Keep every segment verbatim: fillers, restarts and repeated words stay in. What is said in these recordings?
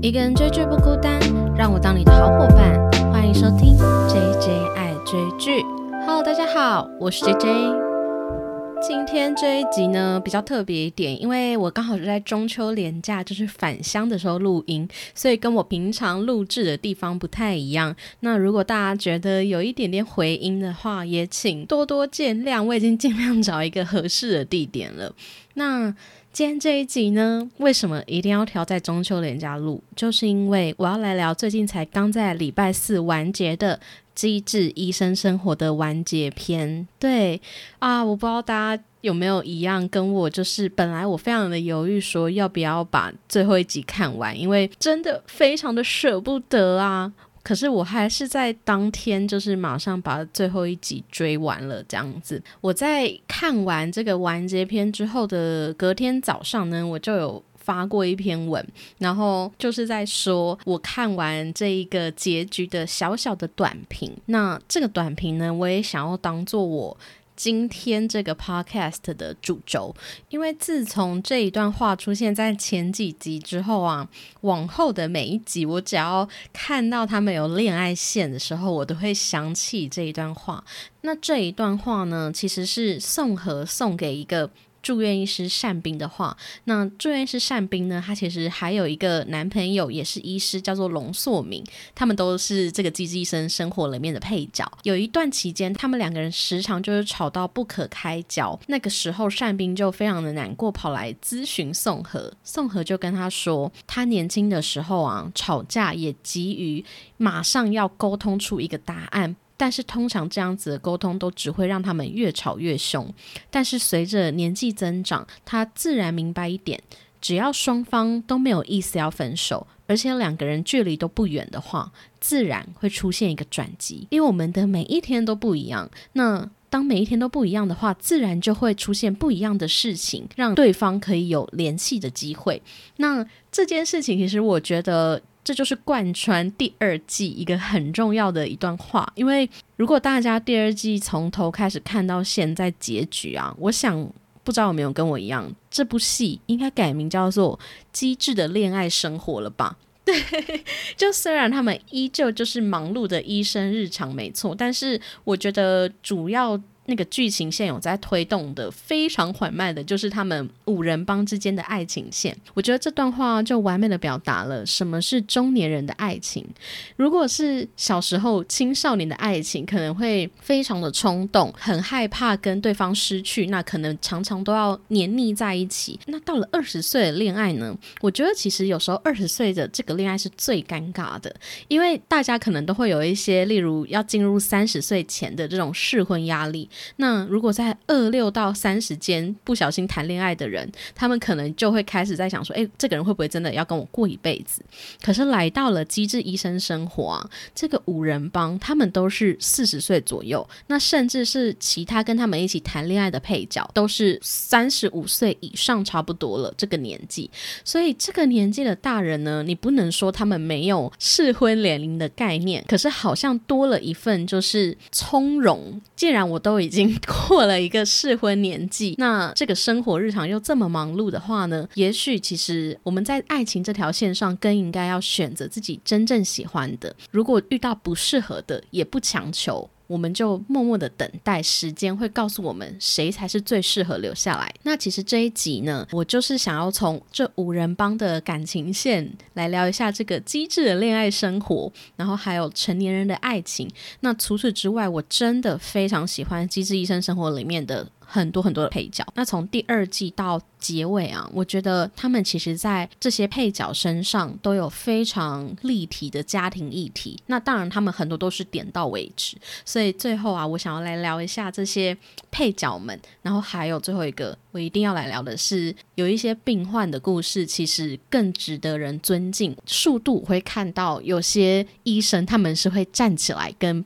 一个人追剧不孤单，让我当你的好伙伴。欢迎收听 J J 爱追剧。Hello， 大家好，我是 J J。今天这一集呢比较特别一点，因为我刚好是在中秋连假，就是返乡的时候录音，所以跟我平常录制的地方不太一样。那如果大家觉得有一点点回音的话，也请多多见谅，我已经尽量找一个合适的地点了。那今天这一集呢，为什么一定要挑在中秋连假录？就是因为我要来聊最近才刚在礼拜四完结的机智医生生活的完结篇。对啊，我不知道大家有没有一样跟我，就是本来我非常的犹豫说要不要把最后一集看完，因为真的非常的舍不得啊。可是我还是在当天就是马上把最后一集追完了这样子。我在看完这个完结篇之后的隔天早上呢，我就有发过一篇文，然后就是在说我看完这一个结局的小小的短评。那这个短评呢，我也想要当做我今天这个 podcast 的主轴，因为自从这一段话出现在前几集之后啊，往后的每一集我只要看到他们有恋爱线的时候，我都会想起这一段话。那这一段话呢，其实是宋和送给一个住院医师单彬的话。那住院医师单彬呢，他其实还有一个男朋友也是医师，叫做龙硕明，他们都是这个机智医生生活里面的配角。有一段期间他们两个人时常就是吵到不可开交，那个时候单彬就非常的难过，跑来咨询宋和。宋和就跟他说，他年轻的时候啊，吵架也急于马上要沟通出一个答案，但是通常这样子的沟通都只会让他们越吵越凶。但是随着年纪增长，他自然明白一点，只要双方都没有意思要分手，而且两个人距离都不远的话，自然会出现一个转机。因为我们的每一天都不一样，那当每一天都不一样的话，自然就会出现不一样的事情，让对方可以有联系的机会。那这件事情其实我觉得这就是贯穿第二季一个很重要的一段话。因为如果大家第二季从头开始看到现在结局啊，我想不知道有没有跟我一样，这部戏应该改名叫做机智的恋爱生活了吧。对，就虽然他们依旧就是忙碌的医生日常没错，但是我觉得主要那个剧情线有在推动的非常缓慢的，就是他们五人帮之间的爱情线。我觉得这段话就完美的表达了什么是中年人的爱情。如果是小时候青少年的爱情，可能会非常的冲动，很害怕跟对方失去，那可能常常都要黏腻在一起。那到了二十岁的恋爱呢，我觉得其实有时候二十岁的这个恋爱是最尴尬的，因为大家可能都会有一些例如要进入三十岁前的这种适婚压力。那如果在二六到三十间不小心谈恋爱的人，他们可能就会开始在想说，哎，这个人会不会真的要跟我过一辈子？可是来到了机智医生生活啊，这个五人帮他们都是四十岁左右，那甚至是其他跟他们一起谈恋爱的配角都是三十五岁以上差不多了这个年纪。所以这个年纪的大人呢，你不能说他们没有适婚年龄的概念，可是好像多了一份就是从容。既然我都已经过了一个适婚年纪，那这个生活日常又这么忙碌的话呢，也许其实我们在爱情这条线上更应该要选择自己真正喜欢的，如果遇到不适合的也不强求，我们就默默的等待，时间会告诉我们谁才是最适合留下来。那其实这一集呢，我就是想要从这五人帮的感情线来聊一下这个机智的恋爱生活，然后还有成年人的爱情。那除此之外，我真的非常喜欢机智医生生活里面的很多很多的配角。那从第二季到结尾啊，我觉得他们其实在这些配角身上都有非常立体的家庭议题。那当然他们很多都是点到为止，所以最后啊，我想要来聊一下这些配角们。然后还有最后一个我一定要来聊的是，有一些病患的故事其实更值得人尊敬。速度会看到有些医生他们是会站起来跟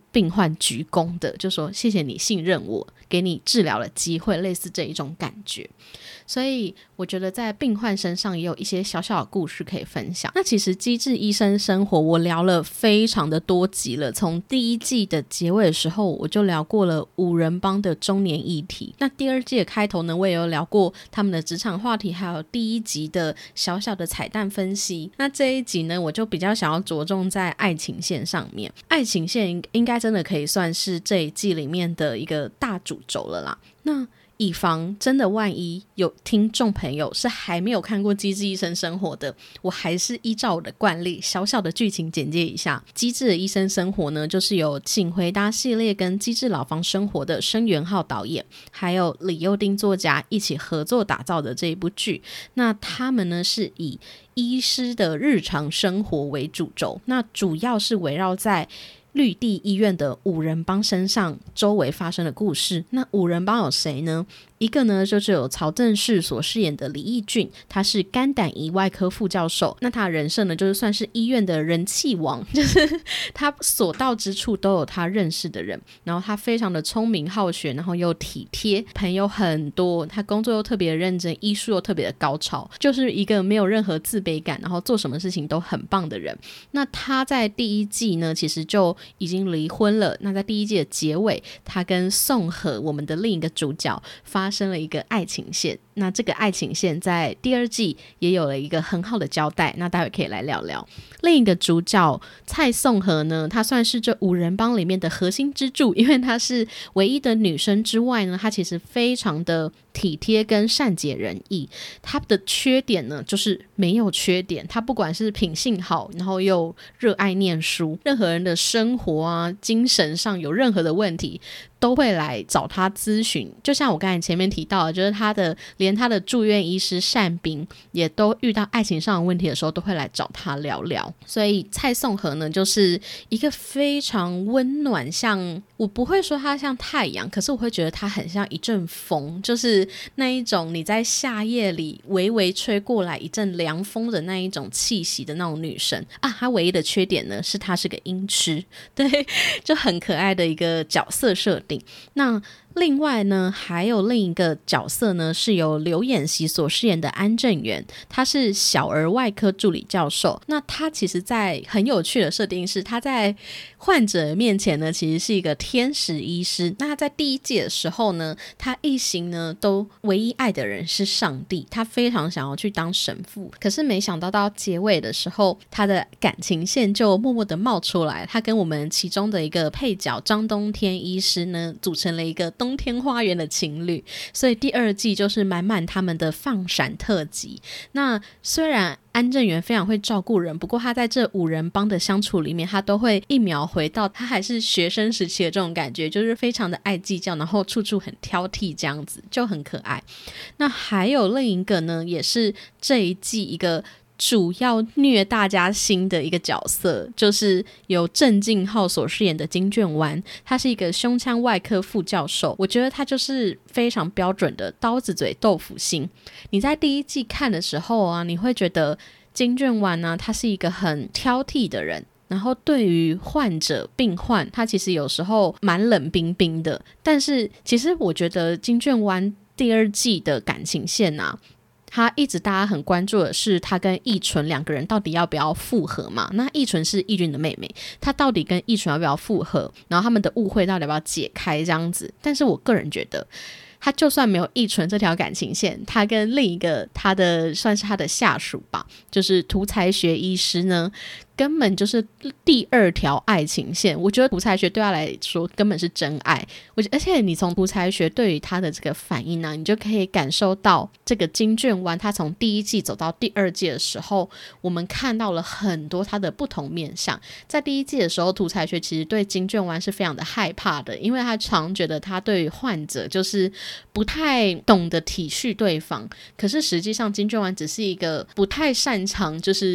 病患鞠躬的，就说谢谢你信任我，给你治疗的机会，类似这一种感觉。所以我觉得在病患身上也有一些小小的故事可以分享。那其实机智医生生活我聊了非常的多集了，从第一季的结尾的时候我就聊过了五人帮的中年议题，那第二季的开头呢我也有聊过他们的职场话题，还有第一集的小小的彩蛋分析。那这一集呢我就比较想要着重在爱情线上面，爱情线应该真的可以算是这一季里面的一个大主轴了啦。那以防真的万一有听众朋友是还没有看过《机智医生生活》的，我还是依照我的惯例小小的剧情简介一下。《机智的医生生活》呢就是由请回答系列跟机智牢房生活的申元浩导演还有李幼丁作家一起合作打造的这一部剧。那他们呢是以医师的日常生活为主轴，那主要是围绕在绿地医院的五人帮身上周围发生的故事。那五人帮有谁呢？一个呢就是有曹正奭所饰演的李义俊，他是肝胆胰外科副教授，那他的人设呢就是算是医院的人气王，就是他所到之处都有他认识的人，然后他非常的聪明好学，然后又体贴，朋友很多，他工作又特别认真，医术又特别的高超，就是一个没有任何自卑感，然后做什么事情都很棒的人。那他在第一季呢其实就已经离婚了，那在第一季的结尾他跟宋和我们的另一个主角发生了一个爱情线，那这个爱情线在第二季也有了一个很好的交代，那待会可以来聊聊。另一个主角蔡宋和呢，她算是这五人帮里面的核心支柱，因为她是唯一的女生之外呢，她其实非常的体贴跟善解人意。她的缺点呢就是没有缺点，她不管是品性好，然后又热爱念书，任何人的生活啊精神上有任何的问题都会来找他咨询。就像我刚才前面提到的，就是他的连他的住院医师单斌也都遇到爱情上的问题的时候都会来找他聊聊。所以蔡宋和呢就是一个非常温暖，像我不会说他像太阳，可是我会觉得他很像一阵风，就是那一种你在夏夜里微微吹过来一阵凉风的那一种气息的那种女生啊。他唯一的缺点呢是他是个音痴，对，就很可爱的一个角色设定。那另外呢还有另一个角色呢是由刘演熙所饰演的安正元，他是小儿外科助理教授。那他其实在很有趣的设定是他在患者面前呢其实是一个天使医师。那他在第一季的时候呢，他一行呢都唯一爱的人是上帝，他非常想要去当神父，可是没想到到结尾的时候他的感情线就默默的冒出来，他跟我们其中的一个配角张冬天医师呢组成了一个冬天花园的情侣。所以第二季就是满满他们的放闪特辑。那虽然安正元非常会照顾人，不过他在这五人帮的相处里面他都会一秒回到他还是学生时期的这种感觉，就是非常的爱计较，然后处处很挑剔，这样子就很可爱。那还有另一个呢也是这一季一个主要虐大家心的一个角色，就是由郑敬浩所饰演的金卷湾，他是一个胸腔外科副教授。我觉得他就是非常标准的刀子嘴豆腐心。你在第一季看的时候啊，你会觉得金卷湾呢、啊，他是一个很挑剔的人，然后对于患者病患他其实有时候蛮冷冰冰的。但是其实我觉得金卷湾第二季的感情线啊，他一直大家很关注的是他跟义纯两个人到底要不要复合嘛。那义纯是义俊的妹妹，他到底跟义纯要不要复合，然后他们的误会到底要不要解开这样子。但是我个人觉得他就算没有义纯这条感情线，他跟另一个他的算是他的下属吧，就是涂才学医师呢，根本就是第二条爱情线。我觉得涂才学对他来说根本是真爱。我而且你从涂才学对于他的这个反应呢、啊，你就可以感受到这个金卷湾他从第一季走到第二季的时候，我们看到了很多他的不同面向。在第一季的时候，涂才学其实对金卷湾是非常的害怕的，因为他常觉得他对于患者就是不太懂得体恤对方，可是实际上金卷湾只是一个不太擅长就是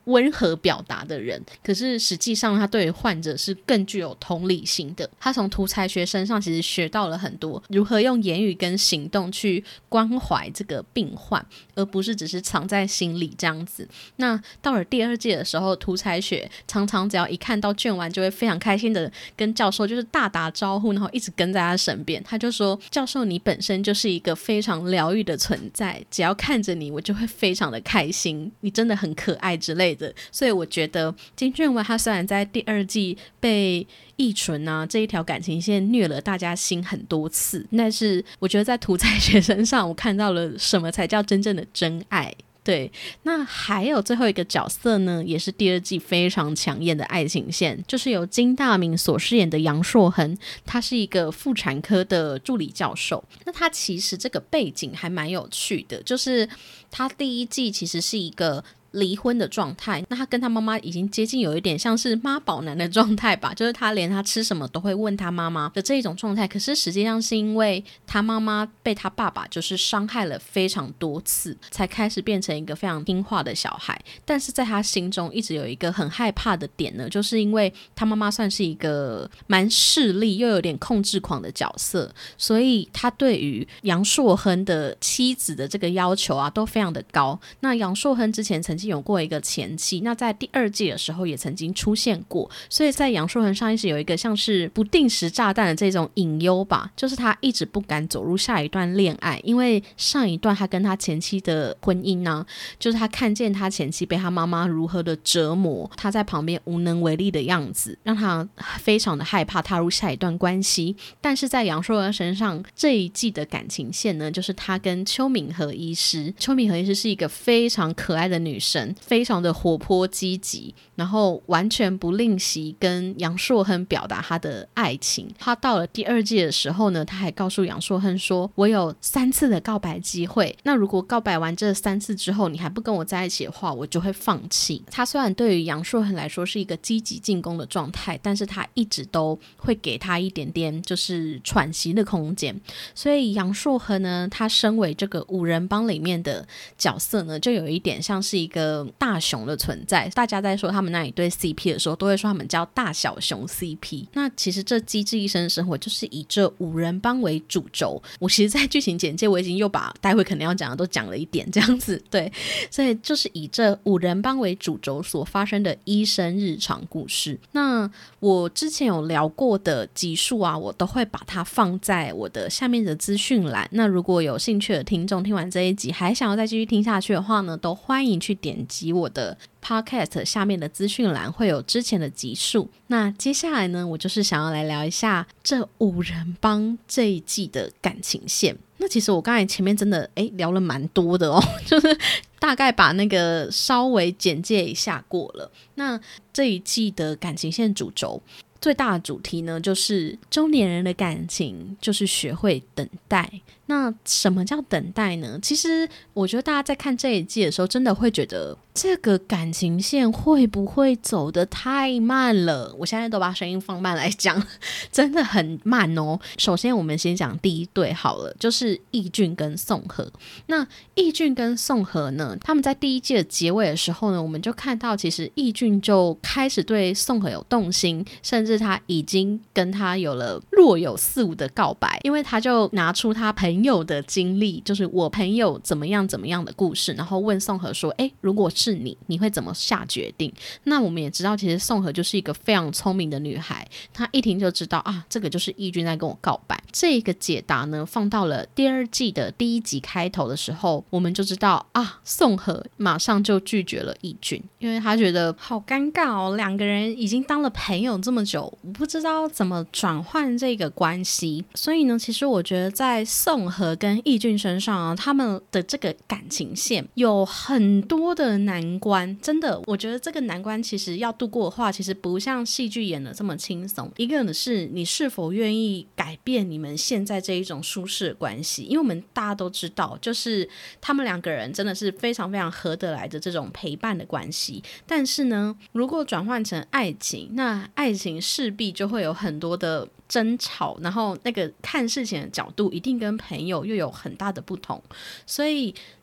温和表达的人，可是实际上他对于患者是更具有同理心的。他从涂才学身上其实学到了很多如何用言语跟行动去关怀这个病患，而不是只是藏在心里这样子。那到了第二季的时候，涂才学常常只要一看到卷丸就会非常开心的跟教授就是大打招呼，然后一直跟在他身边。他就说，教授你本身就是一个非常疗愈的存在，只要看着你我就会非常的开心，你真的很可爱之类的。所以我觉得金卷丸他虽然在第二季被义纯啊这一条感情线虐了大家心很多次，但是我觉得在涂才学身上我看到了什么才叫真正的真爱。对，那还有最后一个角色呢，也是第二季非常抢眼的爱情线，就是由金大明所饰演的杨硕亨，他是一个妇产科的助理教授。那他其实这个背景还蛮有趣的，就是他第一季其实是一个离婚的状态，那他跟他妈妈已经接近有一点像是妈宝男的状态吧，就是他连他吃什么都会问他妈妈的这一种状态。可是实际上是因为他妈妈被他爸爸就是伤害了非常多次，才开始变成一个非常听话的小孩。但是在他心中一直有一个很害怕的点呢，就是因为他妈妈算是一个蛮势利又有点控制狂的角色，所以他对于杨硕亨的妻子的这个要求啊都非常的高。那杨硕亨之前曾经有过一个前妻，那在第二季的时候也曾经出现过，所以在杨硕亨上一直有一个像是不定时炸弹的这种隐忧吧，就是他一直不敢走入下一段恋爱，因为上一段他跟他前妻的婚姻呢、啊，就是他看见他前妻被他妈妈如何的折磨，他在旁边无能为力的样子，让他非常的害怕踏入下一段关系。但是在杨硕亨身上这一季的感情线呢，就是他跟邱敏和医师，邱敏和医师是一个非常可爱的女生，非常的活泼积极，然后完全不吝惜跟杨硕亨表达他的爱情。他到了第二季的时候呢，他还告诉杨硕亨说，我有三次的告白机会，那如果告白完这三次之后你还不跟我在一起的话，我就会放弃。他虽然对于杨硕亨来说是一个积极进攻的状态，但是他一直都会给他一点点就是喘息的空间。所以杨硕亨呢，他身为这个五人帮里面的角色呢，就有一点像是一个大熊的存在。大家在说他们那一对 C P 的时候，都会说他们叫大小熊 C P。 那其实这机智医生生活就是以这五人帮为主轴。我其实在剧情简介我已经又把待会可能要讲的都讲了一点这样子，对，所以就是以这五人帮为主轴所发生的医生日常故事。那我之前有聊过的集数啊，我都会把它放在我的下面的资讯栏。那如果有兴趣的听众听完这一集还想要再继续听下去的话呢，都欢迎去点击我的 podcast 下面的资讯栏，会有之前的集数。那接下来呢，我就是想要来聊一下这五人帮这一季的感情线。那其实我刚才前面真的诶聊了蛮多的哦，就是大概把那个稍微简介一下过了。那这一季的感情线主轴最大的主题呢，就是中年人的感情就是学会等待。那什么叫等待呢？其实我觉得大家在看这一季的时候真的会觉得这个感情线会不会走得太慢了。我现在都把声音放慢来讲，真的很慢哦。首先我们先讲第一对好了，就是义俊跟宋和。那义俊跟宋和呢，他们在第一季的结尾的时候呢，我们就看到其实义俊就开始对宋和有动心，甚至他已经跟他有了若有似无的告白，因为他就拿出他朋友的经历，就是我朋友怎么样怎么样的故事，然后问宋和说，诶，如果是你你会怎么下决定？那我们也知道其实宋和就是一个非常聪明的女孩，她一听就知道啊，这个就是义俊在跟我告白。这个解答呢放到了第二季的第一集开头的时候，我们就知道啊，宋和马上就拒绝了义俊，因为他觉得好尴尬哦，两个人已经当了朋友这么久，我不知道怎么转换这个关系。所以呢，其实我觉得在宋和跟义俊身上啊，他们的这个感情线有很多的难关，真的，我觉得这个难关其实要度过的话，其实不像戏剧演的这么轻松。一个呢是你是否愿意改变你们现在这一种舒适的关系，因为我们大家都知道，就是他们两个人真的是非常非常合得来的这种陪伴的关系。但是呢，如果转换成爱情，那爱情势必就会有很多的争吵，然后那个看事情的角度一定跟朋友又有很大的不同。所以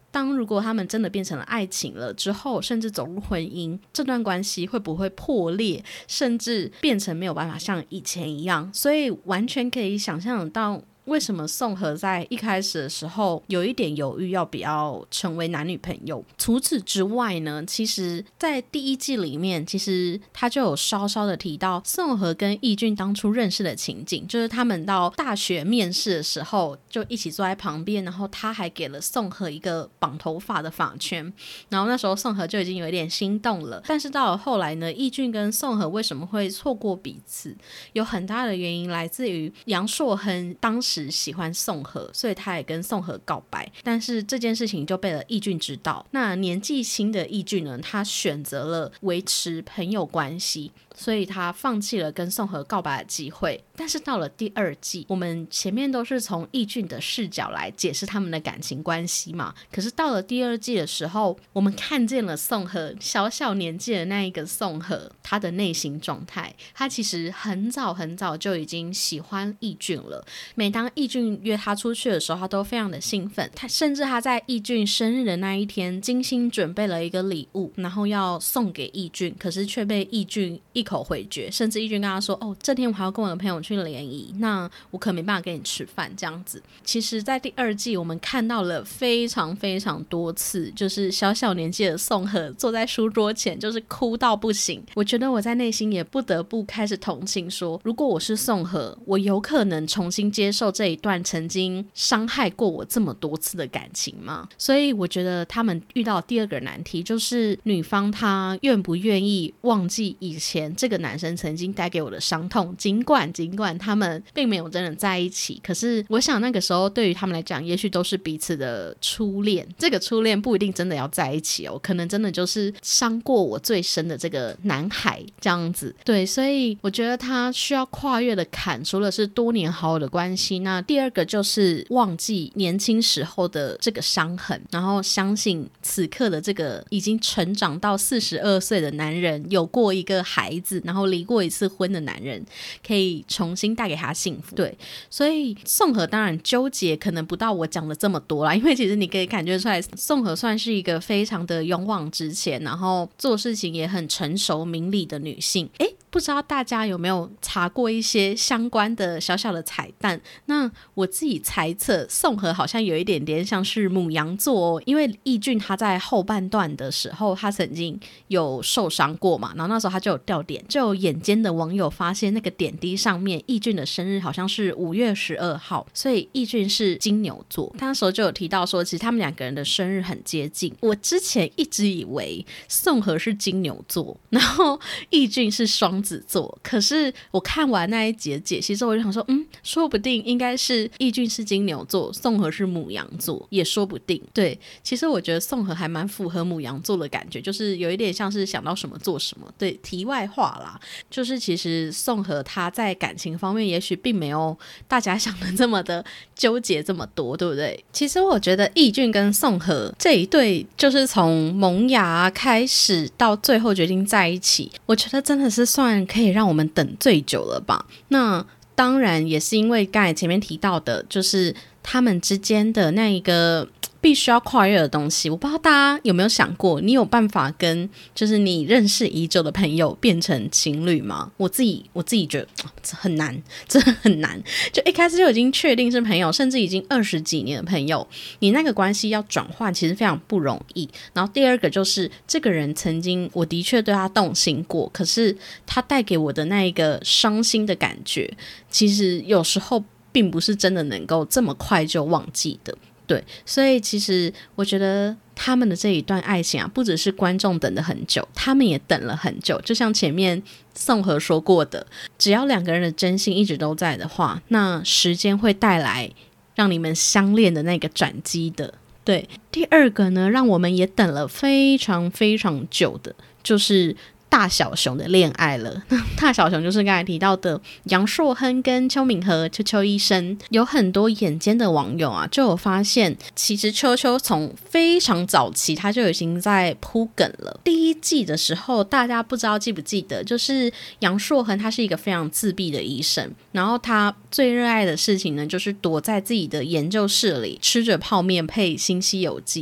当如果他们真的变成了爱情了之后，甚至走入婚姻，这段关系会不会破裂，甚至变成没有办法像以前一样。所以完全可以想象到为什么宋和在一开始的时候有一点犹豫要不要成为男女朋友。除此之外呢，其实在第一季里面，其实他就有稍稍的提到宋和跟义俊当初认识的情景，就是他们到大学面试的时候就一起坐在旁边，然后他还给了宋和一个绑头发的发圈，然后那时候宋和就已经有一点心动了。但是到了后来呢，义俊跟宋和为什么会错过彼此，有很大的原因来自于杨硕亨当时喜欢宋和，所以他也跟宋和告白，但是这件事情就被了义俊知道。那年纪轻的义俊呢，他选择了维持朋友关系，所以他放弃了跟宋和告白的机会。但是到了第二季，我们前面都是从义俊的视角来解释他们的感情关系嘛，可是到了第二季的时候，我们看见了宋和小小年纪的那一个宋和，他的内心状态，他其实很早很早就已经喜欢义俊了。每当义俊约他出去的时候，他都非常的兴奋，他甚至他在义俊生日的那一天精心准备了一个礼物，然后要送给义俊，可是却被义俊一口回绝，甚至义俊跟他说，哦，这天我还要跟我的朋友去联谊，那我可没办法跟你吃饭这样子。其实在第二季我们看到了非常非常多次，就是小小年纪的宋和坐在书桌前就是哭到不行。我觉得我在内心也不得不开始同情说，如果我是宋和，我有可能重新接受这一段曾经伤害过我这么多次的感情吗？所以我觉得他们遇到第二个难题，就是女方她愿不愿意忘记以前这个男生曾经带给我的伤痛，尽管尽管他们并没有真的在一起，可是我想那个时候对于他们来讲也许都是彼此的初恋，这个初恋不一定真的要在一起哦，可能真的就是伤过我最深的这个男孩这样子。对，所以我觉得他需要跨越的坎除了是多年好友的关系，那第二个就是忘记年轻时候的这个伤痕，然后相信此刻的这个已经成长到四十二岁的男人，有过一个孩子，然后离过一次婚的男人，可以重新带给他幸福。对，所以宋和当然纠结可能不到我讲的这么多啦，因为其实你可以感觉出来宋和算是一个非常的勇往直前，然后做事情也很成熟明理的女性。诶，不知道大家有没有查过一些相关的小小的彩蛋，那我自己猜测宋和好像有一点点像是牡羊座哦，因为义俊他在后半段的时候他曾经有受伤过嘛，然后那时候他就有掉点，就有眼尖的网友发现那个点滴上面义俊的生日好像是五月十二号，所以义俊是金牛座。他那时候就有提到说其实他们两个人的生日很接近，我之前一直以为宋和是金牛座，然后义俊是双子座，可是我看完那一集的解析之后我就想说嗯，说不定应该是义俊是金牛座，宋和是牡羊座，也说不定。对，其实我觉得宋和还蛮符合牡羊座的感觉，就是有一点像是想到什么做什么。对，题外话啦，就是其实宋和他在感情方面也许并没有大家想的这么的纠结这么多，对不对？其实我觉得义俊跟宋和这一对就是从萌芽开始到最后决定在一起，我觉得真的是算可以让我们等最久了吧。那当然也是因为刚才前面提到的，就是他们之间的那一个必须要跨越的东西。我不知道大家有没有想过，你有办法跟就是你认识已久的朋友变成情侣吗？我自己我自己觉得很难，真的很难。就一开始就已经确定是朋友，甚至已经二十几年的朋友，你那个关系要转换其实非常不容易。然后第二个就是这个人曾经我的确对他动心过，可是他带给我的那一个伤心的感觉，其实有时候并不是真的能够这么快就忘记的。对，所以其实我觉得他们的这一段爱情啊，不只是观众等了很久，他们也等了很久。就像前面宋和说过的，只要两个人的真心一直都在的话，那时间会带来让你们相恋的那个转机的。对，第二个呢，让我们也等了非常非常久的，就是大小熊的恋爱了。大小熊就是刚才提到的杨硕亨跟邱敏和邱邱医生。有很多眼尖的网友啊就有发现，其实邱邱从非常早期他就已经在铺梗了。第一季的时候大家不知道记不记得，就是杨硕亨他是一个非常自闭的医生，然后他最热爱的事情呢就是躲在自己的研究室里吃着泡面配新西游记。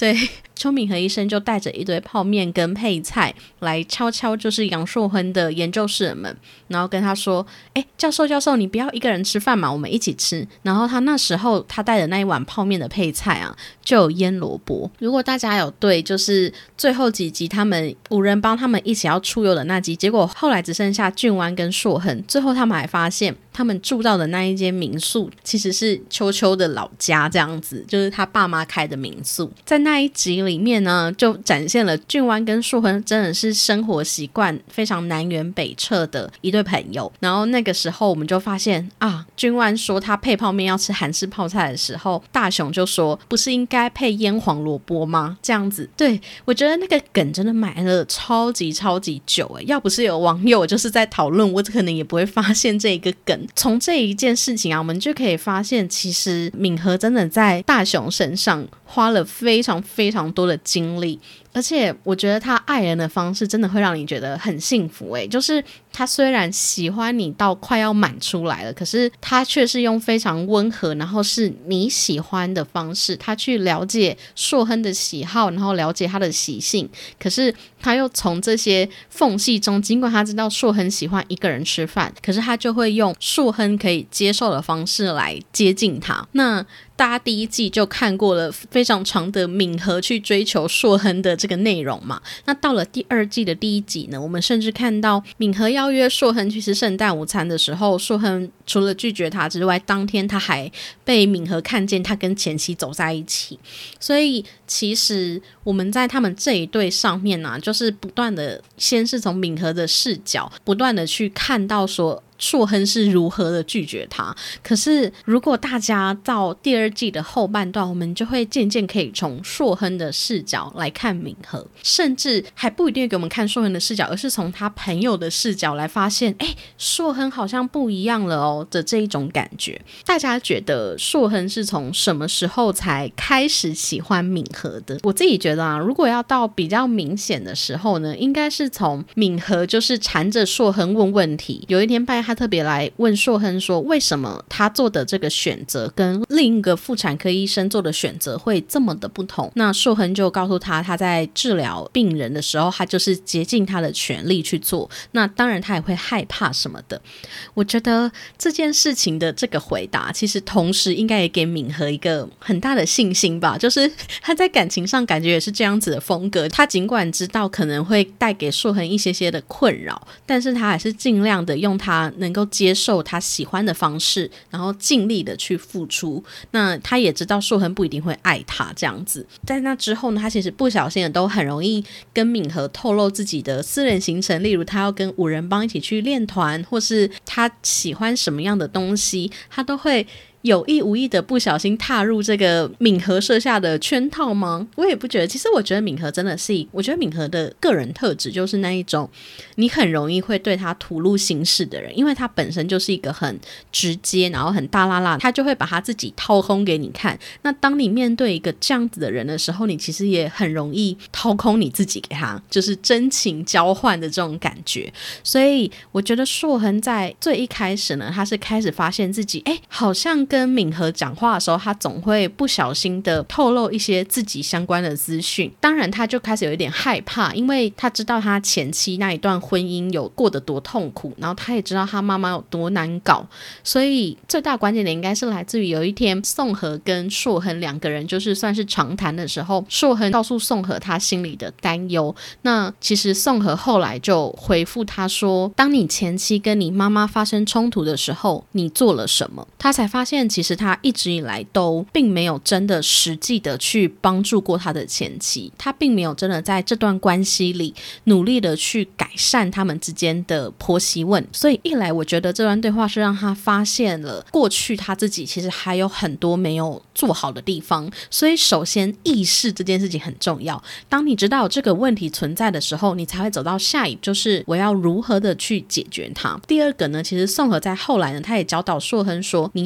对，邱敏和医生就带着一堆泡面跟配菜来敲敲就是杨硕亨的研究室们，然后跟他说，哎，教授教授你不要一个人吃饭嘛，我们一起吃。然后他那时候他带的那一碗泡面的配菜啊就有腌萝卜。如果大家有对就是最后几集他们五人帮他们一起要出游的那集，结果后来只剩下俊湾跟硕亨，最后他们还发现他们住到的那一间民宿其实是秋秋的老家，这样子就是他爸妈开的民宿。在那一集里面呢，就展现了俊湾跟硕亨真的是生活习惯非常南辕北辙的一对朋友。然后那个时候我们就发现啊，俊湾说他配泡面要吃韩式泡菜的时候，大雄就说不是应该配腌黄萝卜吗？这样子，对，我觉得那个梗真的埋了超级超级久耶，要不是有网友就是在讨论，我可能也不会发现这一个梗。从这一件事情啊，我们就可以发现其实敏和真的在大雄身上花了非常非常多的精力，而且我觉得他爱人的方式真的会让你觉得很幸福耶，就是他虽然喜欢你到快要满出来了，可是他却是用非常温和然后是你喜欢的方式，他去了解硕亨的喜好，然后了解他的习性，可是他又从这些缝隙中，尽管他知道硕亨喜欢一个人吃饭，可是他就会用硕亨可以接受的方式来接近他。那大家第一季就看过了非常长的敏和去追求硕亨的这个内容嘛，那到了第二季的第一集呢，我们甚至看到敏和邀约硕亨去吃圣诞午餐的时候，硕亨除了拒绝他之外，当天他还被敏和看见他跟前妻走在一起。所以其实我们在他们这一对上面啊，就是不断的先是从敏和的视角不断的去看到说硕亨是如何的拒绝他。可是如果大家到第二季的后半段，我们就会渐渐可以从硕亨的视角来看敏和，甚至还不一定给我们看硕亨的视角，而是从他朋友的视角来发现，哎，硕亨好像不一样了哦的这一种感觉。大家觉得硕亨是从什么时候才开始喜欢敏和的？我自己觉得啊，如果要到比较明显的时候呢，应该是从敏和就是缠着硕亨问问题。有一天半夜他特别来问硕亨说，为什么他做的这个选择跟另一个妇产科医生做的选择会这么的不同。那硕亨就告诉他，他在治疗病人的时候，他就是竭尽他的全力去做，那当然他也会害怕什么的。我觉得这件事情的这个回答其实同时应该也给敏和一个很大的信心吧，就是他在感情上感觉也是这样子的风格。他尽管知道可能会带给硕亨一些些的困扰，但是他还是尽量的用他能够接受他喜欢的方式，然后尽力的去付出。那他也知道硕亨不一定会爱他这样子。在那之后呢，他其实不小心的都很容易跟敏和透露自己的私人行程，例如他要跟五人帮一起去练团，或是他喜欢什么样的东西，他都会有意无意的不小心踏入这个敏和设下的圈套吗？我也不觉得。其实我觉得敏和真的是，我觉得敏和的个人特质就是那一种你很容易会对他吐露心事的人，因为他本身就是一个很直接然后很大辣辣，他就会把他自己掏空给你看。那当你面对一个这样子的人的时候，你其实也很容易掏空你自己给他，就是真情交换的这种感觉。所以我觉得硕亨在最一开始呢，他是开始发现自己哎，好像跟敏和讲话的时候，他总会不小心的透露一些自己相关的资讯。当然他就开始有一点害怕，因为他知道他前妻那一段婚姻有过得多痛苦，然后他也知道他妈妈有多难搞。所以最大关键点应该是来自于有一天宋和跟硕亨两个人就是算是长谈的时候，硕亨告诉宋和他心里的担忧。那其实宋和后来就回复他说，当你前妻跟你妈妈发生冲突的时候，你做了什么？他才发现其实他一直以来都并没有真的实际的去帮助过他的前妻，他并没有真的在这段关系里努力的去改善他们之间的婆媳问。所以一来我觉得这段对话是让他发现了过去他自己其实还有很多没有做好的地方。所以首先意识这件事情很重要，当你知道这个问题存在的时候，你才会走到下一步，就是我要如何的去解决它。第二个呢，其实宋和在后来呢，他也教导硕亨说，你要如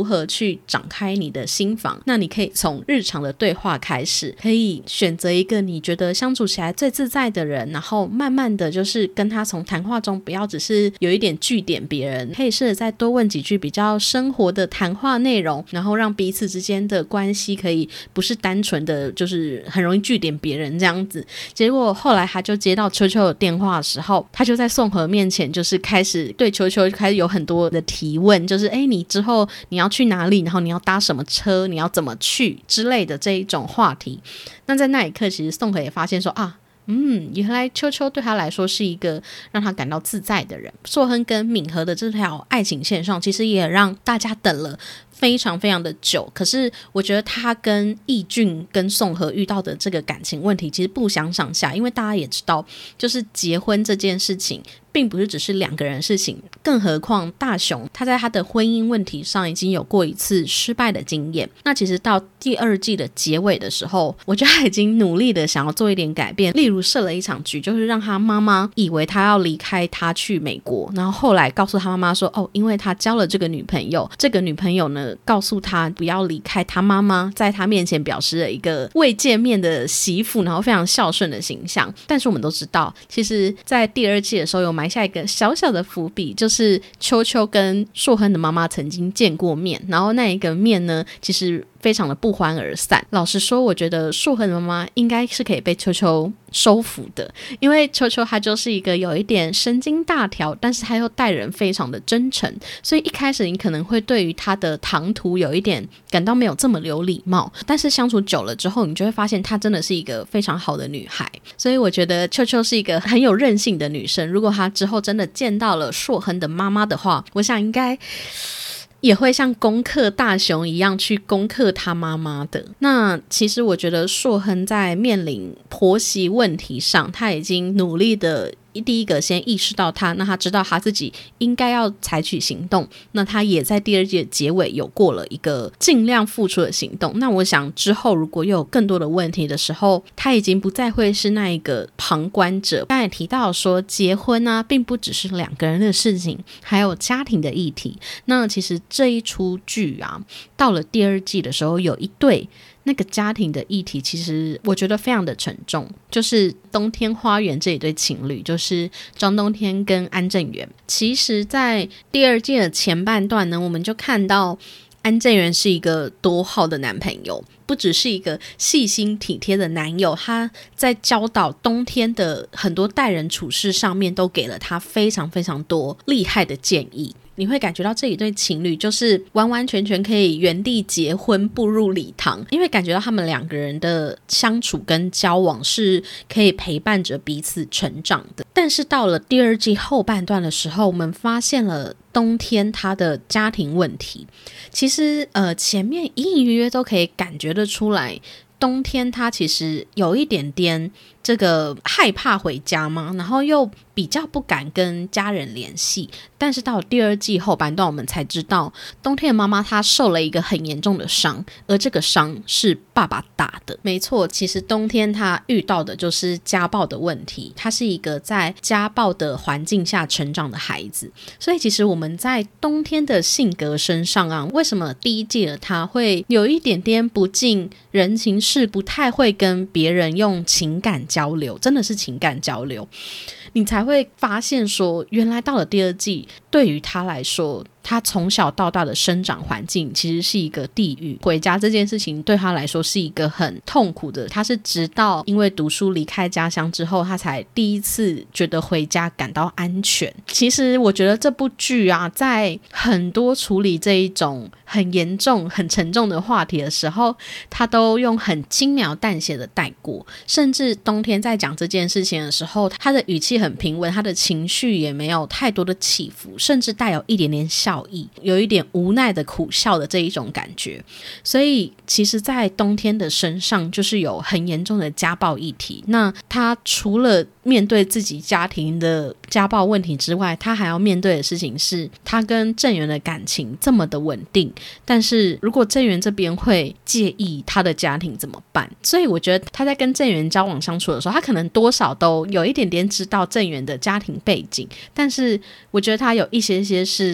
如何去展开你的心房。那你可以从日常的对话开始，可以选择一个你觉得相处起来最自在的人，然后慢慢的就是跟他从谈话中不要只是有一点句点别人，可以试着再多问几句比较生活的谈话内容，然后让彼此之间的关系可以不是单纯的就是很容易句点别人这样子。结果后来他就接到秋秋的电话的时候，他就在宋和面前就是开始对秋秋开始有很多的提问，就是哎，你之后你要去哪里，然后你要搭什么车，你要怎么去之类的这一种话题。那在那一刻其实宋和也发现说啊嗯，原来秋秋对他来说是一个让他感到自在的人。硕亨跟敏和的这条爱情线上其实也让大家等了非常非常的久，可是我觉得他跟义俊跟宋和遇到的这个感情问题其实不相上下，因为大家也知道就是结婚这件事情并不是只是两个人的事情，更何况大雄他在他的婚姻问题上已经有过一次失败的经验。那其实到第二季的结尾的时候，我觉得他已经努力的想要做一点改变，例如设了一场局，就是让他妈妈以为他要离开他去美国，然后后来告诉他妈妈说哦，因为他交了这个女朋友，这个女朋友呢告诉他不要离开他妈妈，在他面前表示了一个未见面的媳妇，然后非常孝顺的形象。但是我们都知道其实在第二季的时候有埋下一个小小的伏笔，就是秋秋跟硕亨的妈妈曾经见过面，然后那一个面呢其实非常的不欢而散。老实说我觉得硕亨的妈妈应该是可以被秋秋收服的，因为秋秋她就是一个有一点神经大条，但是她又待人非常的真诚，所以一开始你可能会对于她的唐突有一点感到没有这么有礼貌，但是相处久了之后你就会发现她真的是一个非常好的女孩。所以我觉得秋秋是一个很有韧性的女生，如果她之后真的见到了硕亨的妈妈的话，我想应该也会像攻克大雄一样去攻克他妈妈的。那其实我觉得硕亨在面临婆媳问题上，他已经努力的第一个先意识到他，那他知道他自己应该要采取行动，那他也在第二季的结尾有过了一个尽量付出的行动。那我想之后如果又有更多的问题的时候，他已经不再会是那一个旁观者。刚才提到说结婚啊并不只是两个人的事情，还有家庭的议题。那其实这一出剧啊到了第二季的时候，有一对那个家庭的议题其实我觉得非常的沉重，就是冬天花园这一对情侣，就是张冬天跟安正元。其实在第二季的前半段呢，我们就看到安正元是一个多好的男朋友，不只是一个细心体贴的男友，他在教导冬天的很多待人处事上面都给了他非常非常多厉害的建议。你会感觉到这一对情侣就是完完全全可以原地结婚步入礼堂，因为感觉到他们两个人的相处跟交往是可以陪伴着彼此成长的。但是到了第二季后半段的时候，我们发现了冬天他的家庭问题。其实呃，前面隐隐约约都可以感觉得出来，冬天他其实有一点点这个害怕回家嘛，然后又比较不敢跟家人联系。但是到第二季后半段我们才知道，冬天的妈妈她受了一个很严重的伤，而这个伤是爸爸打的。没错，其实冬天她遇到的就是家暴的问题，她是一个在家暴的环境下成长的孩子。所以其实我们在冬天的性格身上啊，为什么第一季的她会有一点点不近人情世，不太会跟别人用情感交流，真的是情感交流，你才会发现说原来到了第二季对于他来说，他从小到大的生长环境其实是一个地狱。回家这件事情对他来说是一个很痛苦的，他是直到因为读书离开家乡之后，他才第一次觉得回家感到安全。其实我觉得这部剧啊，在很多处理这一种很严重很沉重的话题的时候，他都用很轻描淡写的带过。甚至冬天在讲这件事情的时候，他的语气很平稳，他的情绪也没有太多的起伏，甚至带有一点点笑意，有一点无奈的苦笑的这一种感觉。所以其实在冬天的身上就是有很严重的家暴议题。那他除了面对自己家庭的家暴问题之外，他还要面对的事情是他跟郑源的感情这么的稳定，但是如果郑源这边会介意他的家庭怎么办？所以我觉得他在跟郑源交往相处的时候，他可能多少都有一点点知道郑源的家庭背景，但是我觉得他有一些些是自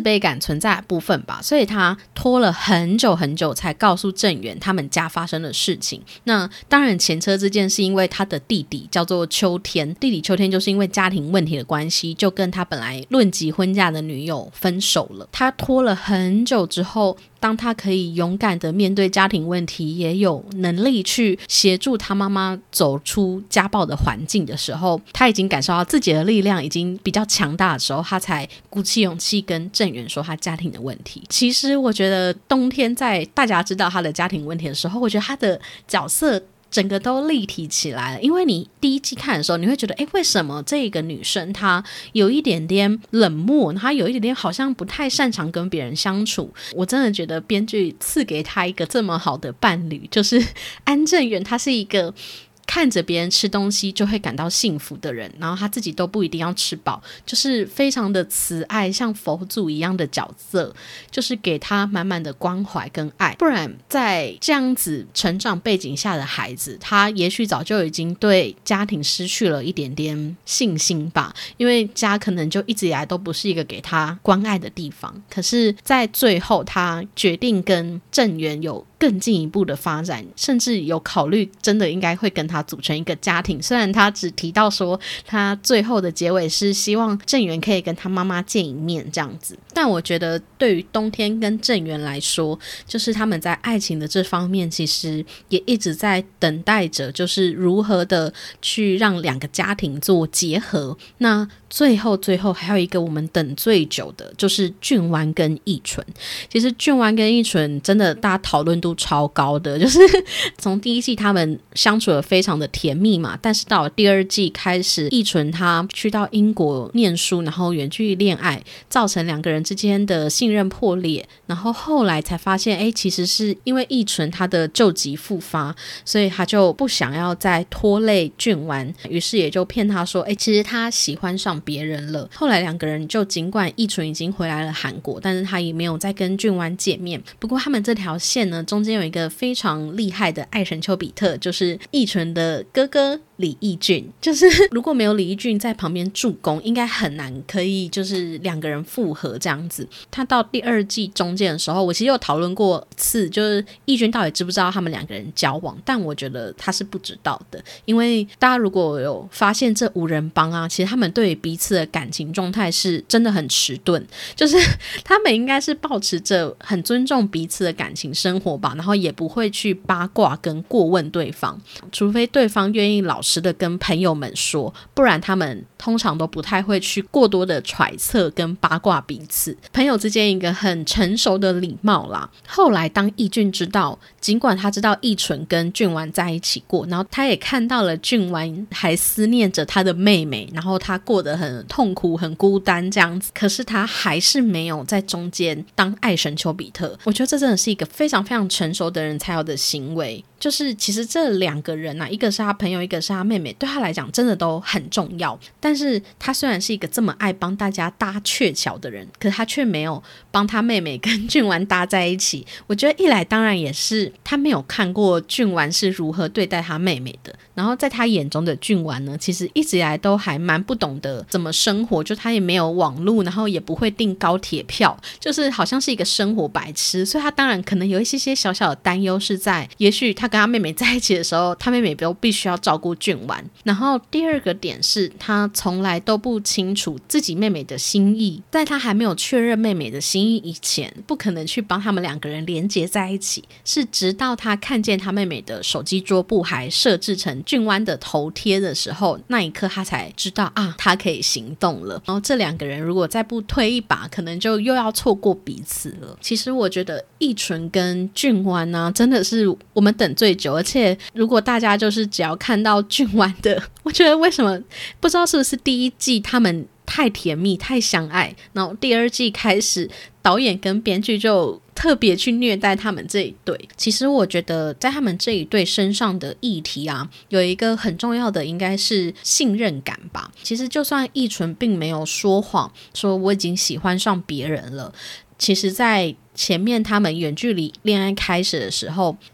卑感存在的部分吧，所以他拖了很久很久才告诉郑源他们家发生的事情。那当然前车之鉴是因为他的弟弟叫做秋天，弟弟秋天就是因为家庭问题的关系，就跟他本来论及婚嫁的女友分手了。他拖了很久之后，当他可以勇敢的面对家庭问题，也有能力去协助他妈妈走出家暴的环境的时候，他已经感受到自己的力量已经比较强大的时候，他才鼓起勇气跟郑源说他家庭的问题。其实我觉得冬天在大家知道他的家庭问题的时候，我觉得他的角色整个都立体起来了。因为你第一季看的时候，你会觉得诶，为什么这个女生她有一点点冷漠，她有一点点好像不太擅长跟别人相处。我真的觉得编剧赐给她一个这么好的伴侣，就是安正元，她是一个看着别人吃东西就会感到幸福的人，然后他自己都不一定要吃饱，就是非常的慈爱，像佛祖一样的角色，就是给他满满的关怀跟爱。不然在这样子成长背景下的孩子，他也许早就已经对家庭失去了一点点信心吧，因为家可能就一直以来都不是一个给他关爱的地方。可是在最后他决定跟郑源有更进一步的发展，甚至有考虑真的应该会跟他组成一个家庭。虽然他只提到说他最后的结尾是希望郑源可以跟他妈妈见一面这样子，但我觉得对于冬天跟郑源来说，就是他们在爱情的这方面其实也一直在等待着，就是如何的去让两个家庭做结合。那最后最后还有一个我们等最久的，就是俊完跟义纯。其实俊完跟义纯真的大家讨论度超高的，就是从第一季他们相处的非常的甜蜜嘛，但是到了第二季开始，义纯他去到英国念书，然后远距离恋爱，造成两个人之间的信任破裂，然后后来才发现哎，其实是因为义纯他的旧疾复发，所以他就不想要再拖累俊完，于是也就骗他说哎，其实他喜欢上别人了。后来两个人就尽管义纯已经回来了韩国，但是他也没有再跟俊完见面。不过他们这条线呢，中间有一个非常厉害的爱神丘比特，就是义纯的哥哥李义俊，就是如果没有李义俊在旁边助攻，应该很难可以就是两个人复合这样子。他到第二季中间的时候，我其实有讨论过次，就是义俊到底知不知道他们两个人交往，但我觉得他是不知道的。因为大家如果有发现这五人帮啊，其实他们对彼此的感情状态是真的很迟钝，就是他们应该是抱持着很尊重彼此的感情生活吧，然后也不会去八卦跟过问对方，除非对方愿意老实的跟朋友们说，不然他们通常都不太会去过多的揣测跟八卦彼此，朋友之间一个很成熟的礼貌啦。后来当义俊知道，尽管他知道义纯跟俊完在一起过，然后他也看到了俊完还思念着他的妹妹，然后他过得很痛苦很孤单这样子，可是他还是没有在中间当爱神丘比特。我觉得这真的是一个非常非常成熟的人才有的行为，就是其实这两个人啊，一个是他朋友，一个是他妹妹，对他来讲真的都很重要。但是他虽然是一个这么爱帮大家搭鹊桥的人，可是他却没有帮他妹妹跟俊完搭在一起。我觉得一来当然也是他没有看过俊完是如何对待他妹妹的，然后在他眼中的俊完呢，其实一直以来都还蛮不懂得怎么生活，就他也没有网路，然后也不会订高铁票，就是好像是一个生活白痴。所以他当然可能有一些些小小的担忧，是在也许他跟他妹妹在一起的时候，他妹妹都必须要照顾俊完。然后第二个点是他从来都不清楚自己妹妹的心意，在他还没有确认妹妹的心意以前，不可能去帮他们两个人连结在一起，是直到他看见他妹妹的手机桌布还设置成俊完的头贴的时候，那一刻他才知道啊，他可以行动了。然后这两个人如果再不推一把，可能就又要错过彼此了。其实我觉得义纯跟俊完啊，真的是我们等最久，而且如果大家就是只要看到俊完的，我觉得为什么不知道是不是第一季他们太甜蜜太相爱，然后第二季开始导演跟编剧就特别去虐待他们这一对。其实我觉得在他们这一对身上的议题啊，有一个很重要的应该是信任感吧。其实就算义纯并没有说谎说我已经喜欢上别人了，其实在前面他们远距离恋爱开始的时候，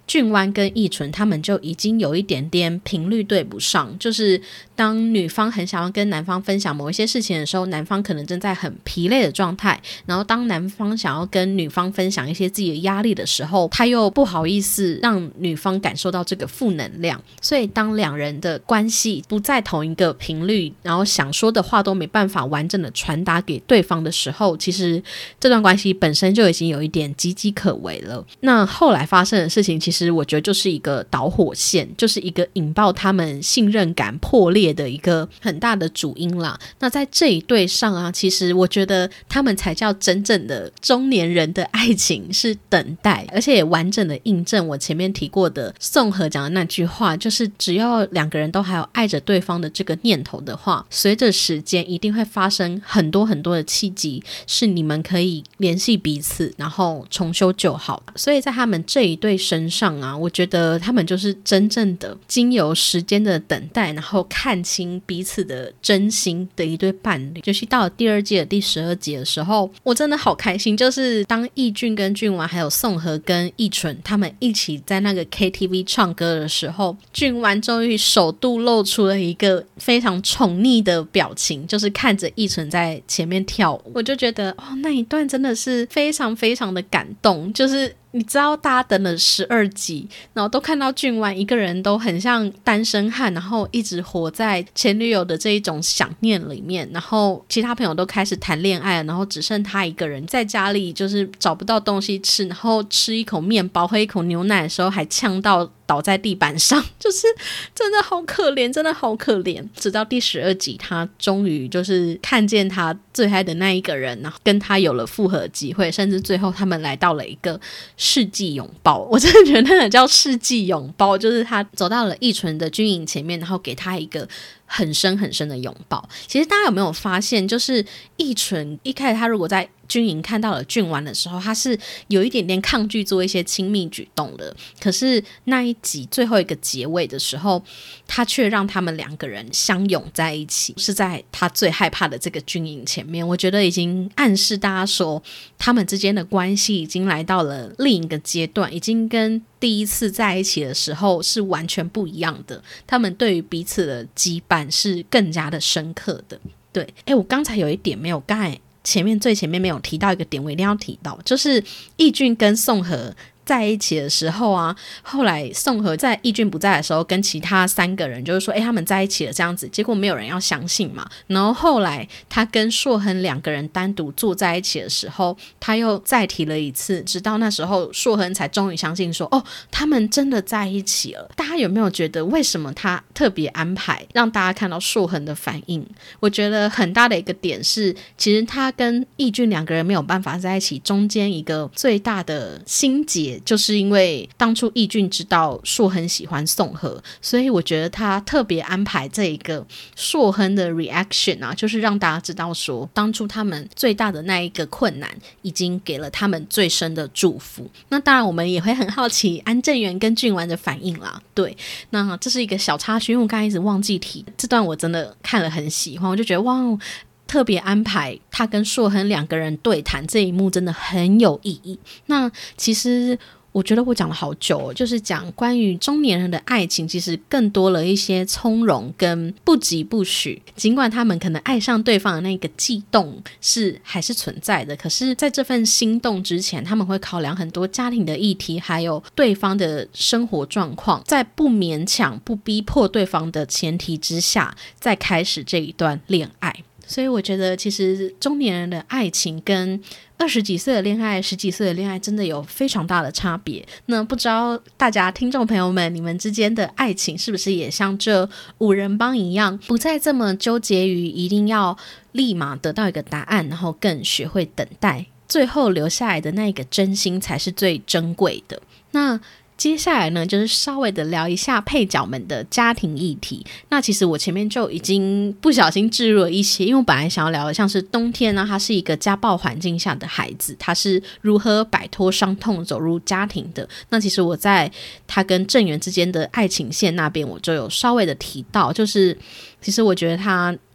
俊湾跟义纯他们就已经有一点点频率对不上，就是当女方很想要跟男方分享某一些事情的时候，男方可能正在很疲累的状态，然后当男方想要跟女方分享一些自己的压力的时候，他又不好意思让女方感受到这个负能量，所以当两人的关系不在同一个频率，然后想说的话都没办法完整的传达给对方的时候，其实这段关系本身就已经有一点岌岌可危了。那后来发生的事情，其实我觉得就是一个导火线，就是一个引爆他们信任感破裂的一个很大的主因啦。那在这一对上啊，其实我觉得他们才叫真正的中年人的爱情是等待，而且也完整的印证我前面提过的宋和讲的那句话，就是只要两个人都还有爱着对方的这个念头的话，随着时间一定会发生很多很多的契机，是你们可以联系彼此，然后重修旧好。所以在他们这一对身上啊，我觉得他们就是真正的经由时间的等待，然后看清彼此的真心的一对伴侣。尤其到了第二季的第十二集的时候，我真的好开心，就是当义俊跟俊完还有宋和跟义纯他们一起在那个 K T V 唱歌的时候，俊完终于首度露出了一个非常宠溺的表情，就是看着义纯在前面跳舞。我就觉得哦，那一段真的是非常非常的感动，就是你知道大家等了十二集，然后都看到俊完一个人都很像单身汉，然后一直活在前女友的这一种想念里面，然后其他朋友都开始谈恋爱了，然后只剩他一个人在家里就是找不到东西吃，然后吃一口面包喝一口牛奶的时候还呛到倒在地板上，就是真的好可怜，真的好可怜。直到第十二集他终于就是看见他最爱的那一个人，然后跟他有了复合机会，甚至最后他们来到了一个世纪拥抱。我真的觉得那个叫世纪拥抱，就是他走到了义纯的军营前面，然后给他一个很深很深的拥抱。其实大家有没有发现，就是义纯一开始他如果在军营看到了俊完的时候，他是有一点点抗拒做一些亲密举动的，可是那一集最后一个结尾的时候，他却让他们两个人相拥在一起，是在他最害怕的这个军营前面。我觉得已经暗示大家说他们之间的关系已经来到了另一个阶段，已经跟第一次在一起的时候是完全不一样的，他们对于彼此的羁绊是更加的深刻的。对，诶，我刚才有一点没有，刚才前面最前面没有提到一个点，我一定要提到，就是义俊跟宋和在一起的时候啊，后来宋和在义俊不在的时候跟其他三个人就是说诶他们在一起了这样子，结果没有人要相信嘛。然后后来他跟硕亨两个人单独坐在一起的时候，他又再提了一次，直到那时候硕亨才终于相信说哦他们真的在一起了。大家有没有觉得为什么他特别安排让大家看到硕亨的反应？我觉得很大的一个点是，其实他跟义俊两个人没有办法在一起，中间一个最大的心结就是因为当初义俊知道硕亨喜欢宋和，所以我觉得他特别安排这一个硕亨的 reaction 啊，就是让大家知道说当初他们最大的那一个困难已经给了他们最深的祝福。那当然我们也会很好奇安正元跟俊完的反应啦。对，那这是一个小插曲，因为我刚才一直忘记提这段，我真的看了很喜欢，我就觉得哇特别安排他跟硕亨两个人对谈这一幕真的很有意义。那其实我觉得我讲了好久哦，就是讲关于中年人的爱情，其实更多了一些从容跟不疾不徐。尽管他们可能爱上对方的那个悸动是还是存在的，可是在这份心动之前，他们会考量很多家庭的议题，还有对方的生活状况，在不勉强不逼迫对方的前提之下，再开始这一段恋爱。所以我觉得其实中年人的爱情跟二十几岁的恋爱十几岁的恋爱真的有非常大的差别。那不知道大家听众朋友们，你们之间的爱情是不是也像这五人帮一样，不再这么纠结于一定要立马得到一个答案，然后更学会等待，最后留下来的那个真心才是最珍贵的。那接下来呢，就是稍微的聊一下配角们的家庭议题。那其实我前面就已经不小心置入了一些，因为我本来想要聊的像是冬天呢，他是一个家暴环境下的孩子，他是如何摆脱伤痛走入家庭的。那其实我在他跟郑源之间的爱情线那边，我就有稍微的提到，就是其实我觉得他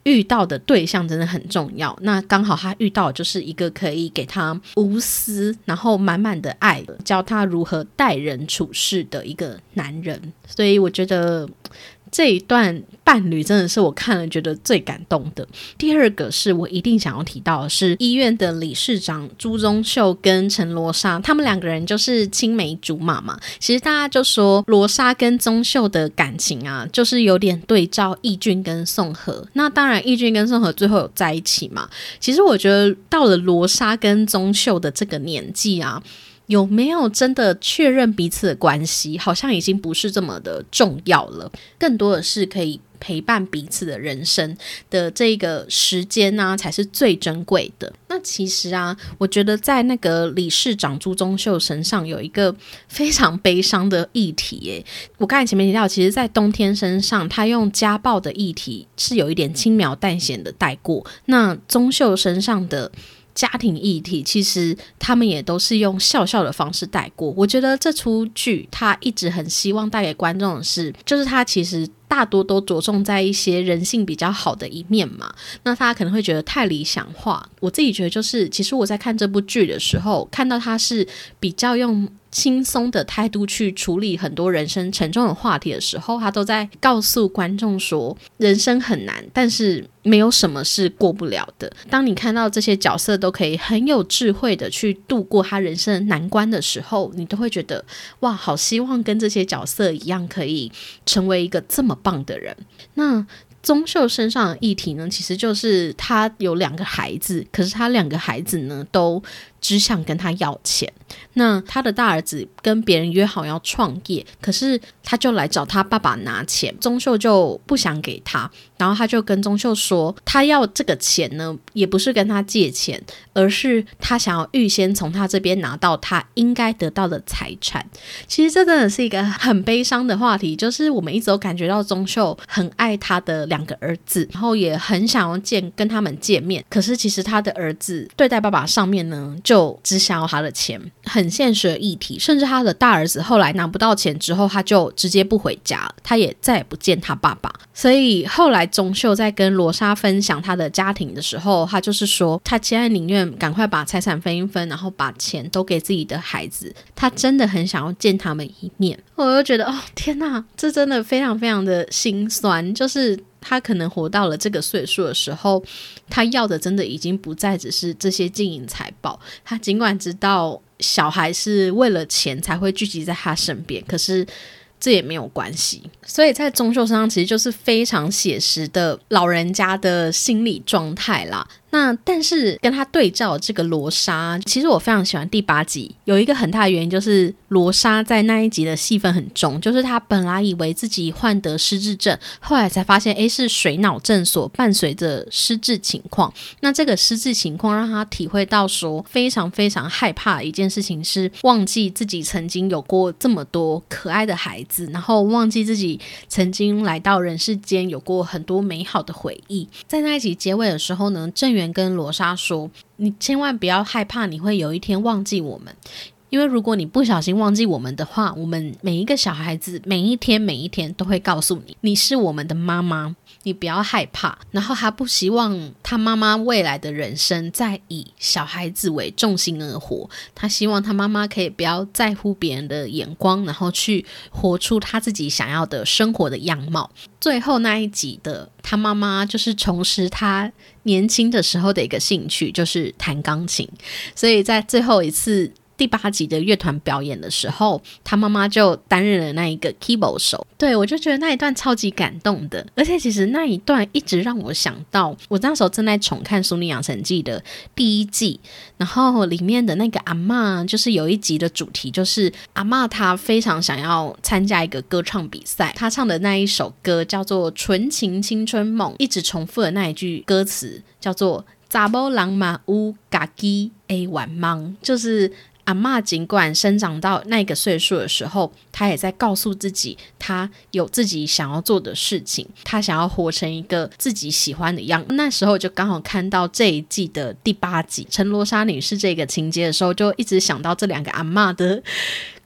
遇到的对象真的很重要，那刚好他遇到的就是一个可以给他无私然后满满的爱，教他如何待人处事的一个男人。所以我觉得这一段伴侣真的是我看了觉得最感动的。第二个是我一定想要提到的是医院的理事长朱宗秀跟陈罗莎，他们两个人就是青梅竹马嘛。其实大家就说罗莎跟宗秀的感情啊，就是有点对照义俊跟宋和，那当然义俊跟宋和最后有在一起嘛。其实我觉得到了罗莎跟宗秀的这个年纪啊，有没有真的确认彼此的关系好像已经不是这么的重要了，更多的是可以陪伴彼此的人生的这个时间啊才是最珍贵的。那其实啊，我觉得在那个理事长朱宗秀身上有一个非常悲伤的议题耶。我刚才前面提到，其实在冬天身上他用家暴的议题是有一点轻描淡写的带过，那宗秀身上的家庭议题其实他们也都是用笑笑的方式带过。我觉得这出剧他一直很希望带给观众的是，就是他其实大多都着重在一些人性比较好的一面嘛，那大家可能会觉得太理想化。我自己觉得就是其实我在看这部剧的时候，看到他是比较用轻松的态度去处理很多人生沉重的话题的时候，他都在告诉观众说人生很难，但是没有什么是过不了的。当你看到这些角色都可以很有智慧的去度过他人生的难关的时候，你都会觉得哇，好希望跟这些角色一样可以成为一个这么棒的人。那宗秀身上的议题呢，其实就是他有两个孩子，可是他两个孩子呢都只想跟他要钱。那他的大儿子跟别人约好要创业，可是他就来找他爸爸拿钱，宗秀就不想给他，然后他就跟宗秀说，他要这个钱呢也不是跟他借钱，而是他想要预先从他这边拿到他应该得到的财产。其实这真的是一个很悲伤的话题，就是我们一直都感觉到宗秀很爱他的两个儿子，然后也很想要见跟他们见面，可是其实他的儿子对待爸爸上面呢就只想要他的钱，很现实的议题。甚至他的大儿子后来拿不到钱之后，他就直接不回家了，他也再也不见他爸爸。所以后来宗秀在跟罗莎分享他的家庭的时候，他就是说他现在宁愿赶快把财产分一分，然后把钱都给自己的孩子，他真的很想要见他们一面。我就觉得哦天哪，这真的非常非常的心酸，就是他可能活到了这个岁数的时候，他要的真的已经不再只是这些金银财宝。他尽管知道小孩是为了钱才会聚集在他身边，可是这也没有关系。所以在宗秀身上其实就是非常写实的老人家的心理状态啦。那但是跟他对照这个罗莎，其实我非常喜欢第八集，有一个很大的原因就是罗莎在那一集的戏份很重，就是他本来以为自己患得失智症，后来才发现诶是水脑症所伴随着失智情况。那这个失智情况让他体会到说非常非常害怕的一件事情是忘记自己曾经有过这么多可爱的孩子，然后忘记自己曾经来到人世间有过很多美好的回忆。在那一集结尾的时候呢，郑源跟罗莎说，你千万不要害怕你会有一天忘记我们，因为如果你不小心忘记我们的话，我们每一个小孩子每一天每一天都会告诉你，你是我们的妈妈，你不要害怕。然后他不希望他妈妈未来的人生再以小孩子为重心而活，他希望他妈妈可以不要在乎别人的眼光，然后去活出他自己想要的生活的样貌。最后那一集的他妈妈就是重拾他年轻的时候的一个兴趣，就是弹钢琴。所以在最后一次第八集的乐团表演的时候，他妈妈就担任了那一个 keyboard 手。对，我就觉得那一段超级感动的，而且其实那一段一直让我想到我那时候正在重看《淑女养成记》的第一季，然后里面的那个阿嬷，就是有一集的主题就是阿嬷她非常想要参加一个歌唱比赛，她唱的那一首歌叫做《纯情青春梦》，一直重复的那一句歌词叫做查某人嘛有家己的愿望，就是阿嬷尽管生长到那个岁数的时候，她也在告诉自己她有自己想要做的事情，她想要活成一个自己喜欢的样子。那时候就刚好看到这一季的第八集陈罗莎女士这个情节的时候，就一直想到这两个阿嬷的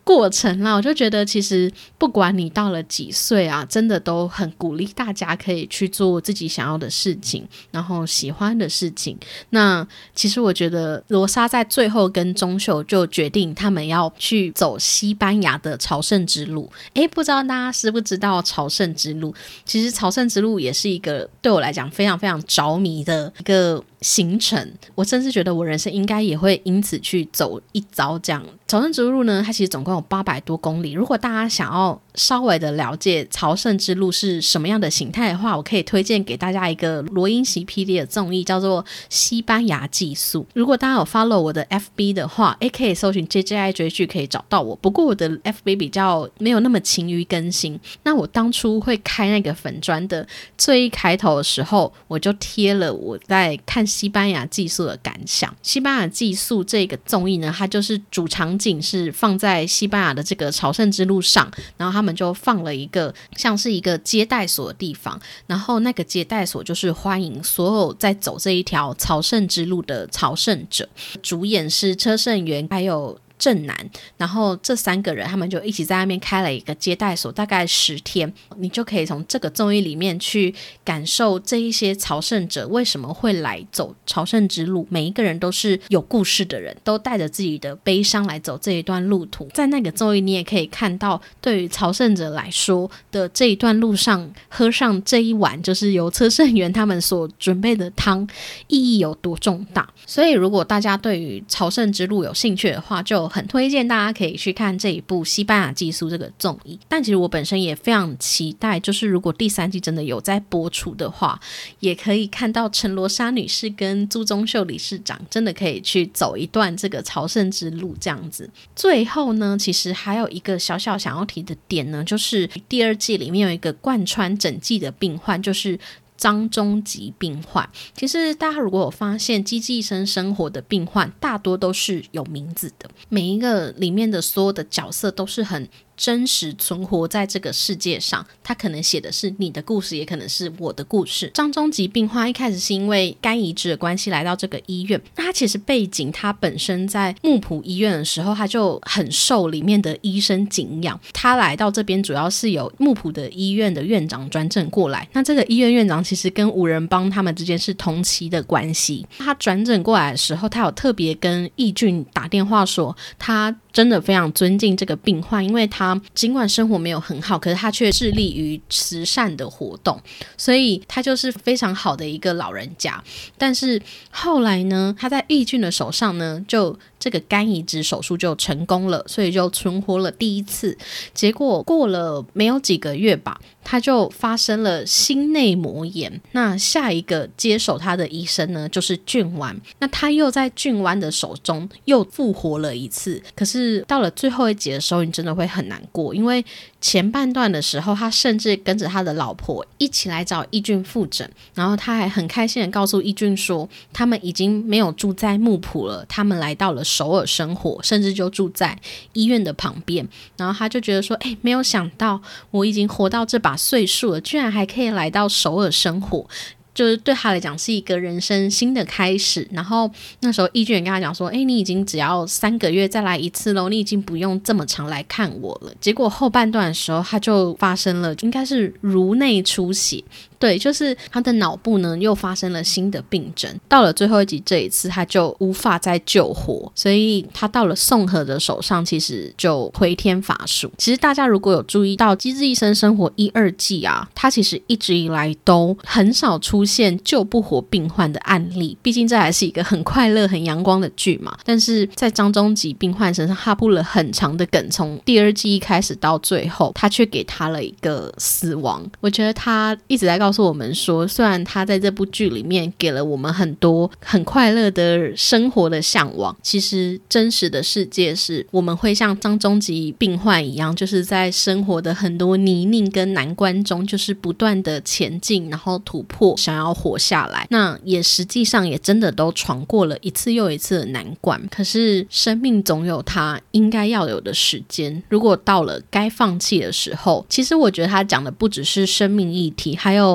过程啦，我就觉得其实不管你到了几岁啊，真的都很鼓励大家可以去做自己想要的事情，然后喜欢的事情。那其实我觉得罗莎在最后跟钟秀就决定他们要去走西班牙的朝圣之路。诶，不知道大家知不知道朝圣之路？其实朝圣之路也是一个对我来讲非常非常着迷的一个行程，我甚至觉得我人生应该也会因此去走一遭这样。朝圣之路呢，它其实总共有八百多公里，如果大家想要稍微的了解朝圣之路是什么样的形态的话，我可以推荐给大家一个罗英席霹雳的综艺，叫做西班牙寄宿。如果大家有 follow 我的 F B 的话，也可以搜寻 J J I 追剧可以找到我，不过我的 F B 比较没有那么勤于更新。那我当初会开那个粉专的最一开头的时候，我就贴了我在看西班牙寄宿的感想。西班牙寄宿这个综艺呢，它就是主场景是放在西班牙的这个朝圣之路上，然后他们就放了一个像是一个接待所的地方，然后那个接待所就是欢迎所有在走这一条朝圣之路的朝圣者。主演是车胜元还有正南，然后这三个人他们就一起在那边开了一个接待所，大概十天，你就可以从这个综艺里面去感受这一些朝圣者为什么会来走朝圣之路。每一个人都是有故事的人，都带着自己的悲伤来走这一段路途。在那个综艺你也可以看到，对于朝圣者来说的这一段路上喝上这一碗就是由车胜元他们所准备的汤意义有多重大。所以如果大家对于朝圣之路有兴趣的话，就很推荐大家可以去看这一部西班牙寄宿这个综艺。但其实我本身也非常期待，就是如果第三季真的有在播出的话，也可以看到陈罗莎女士跟朱宗秀理事长真的可以去走一段这个朝圣之路这样子。最后呢，其实还有一个小小想要提的点呢，就是第二季里面有一个贯穿整季的病患，就是张中吉病患。其实大家如果有发现机智医生生活的病患大多都是有名字的，每一个里面的所有的角色都是很真实存活在这个世界上，他可能写的是你的故事，也可能是我的故事。张中吉病患一开始是因为肝移植的关系来到这个医院，那他其实背景他本身在木浦医院的时候他就很受里面的医生敬仰，他来到这边主要是有木浦的医院的院长转诊过来，那这个医院院长其实跟五人帮他们之间是同期的关系。他转诊过来的时候，他有特别跟义俊打电话说他真的非常尊敬这个病患，因为他尽管生活没有很好，可是他却致力于慈善的活动，所以他就是非常好的一个老人家。但是后来呢，他在义俊的手上呢，就这个肝移植手术就成功了，所以就存活了第一次。结果过了没有几个月吧，他就发生了心内膜炎。那下一个接手他的医生呢，就是俊湾。那他又在俊湾的手中又复活了一次。可是到了最后一集的时候，你真的会很难过，因为前半段的时候，他甚至跟着他的老婆一起来找义俊复诊，然后他还很开心的告诉义俊说，他们已经没有住在木浦了，他们来到了首尔生活，甚至就住在医院的旁边。然后他就觉得说，哎、欸，没有想到我已经活到这把岁数了，居然还可以来到首尔生活，就是对他来讲是一个人生新的开始。然后那时候义俊也跟他讲说，哎，你已经只要三个月再来一次咯，你已经不用这么常来看我了。结果后半段的时候他就发生了应该是颅内出血，对，就是他的脑部呢又发生了新的病症。到了最后一集这一次他就无法再救活，所以他到了宋和的手上其实就回天乏术。其实大家如果有注意到机智医生生活一二季啊，他其实一直以来都很少出现救不活病患的案例，毕竟这还是一个很快乐很阳光的剧嘛。但是在张中吉病患身上他铺了很长的梗，从第二季一开始到最后他却给他了一个死亡。我觉得他一直在告诉我们说，虽然他在这部剧里面给了我们很多很快乐的生活的向往，其实真实的世界是我们会像张中吉病患一样，就是在生活的很多泥泞跟难关中就是不断的前进，然后突破，想要活下来。那也实际上也真的都闯过了一次又一次的难关。可是生命总有它应该要有的时间，如果到了该放弃的时候，其实我觉得他讲的不只是生命议题，还有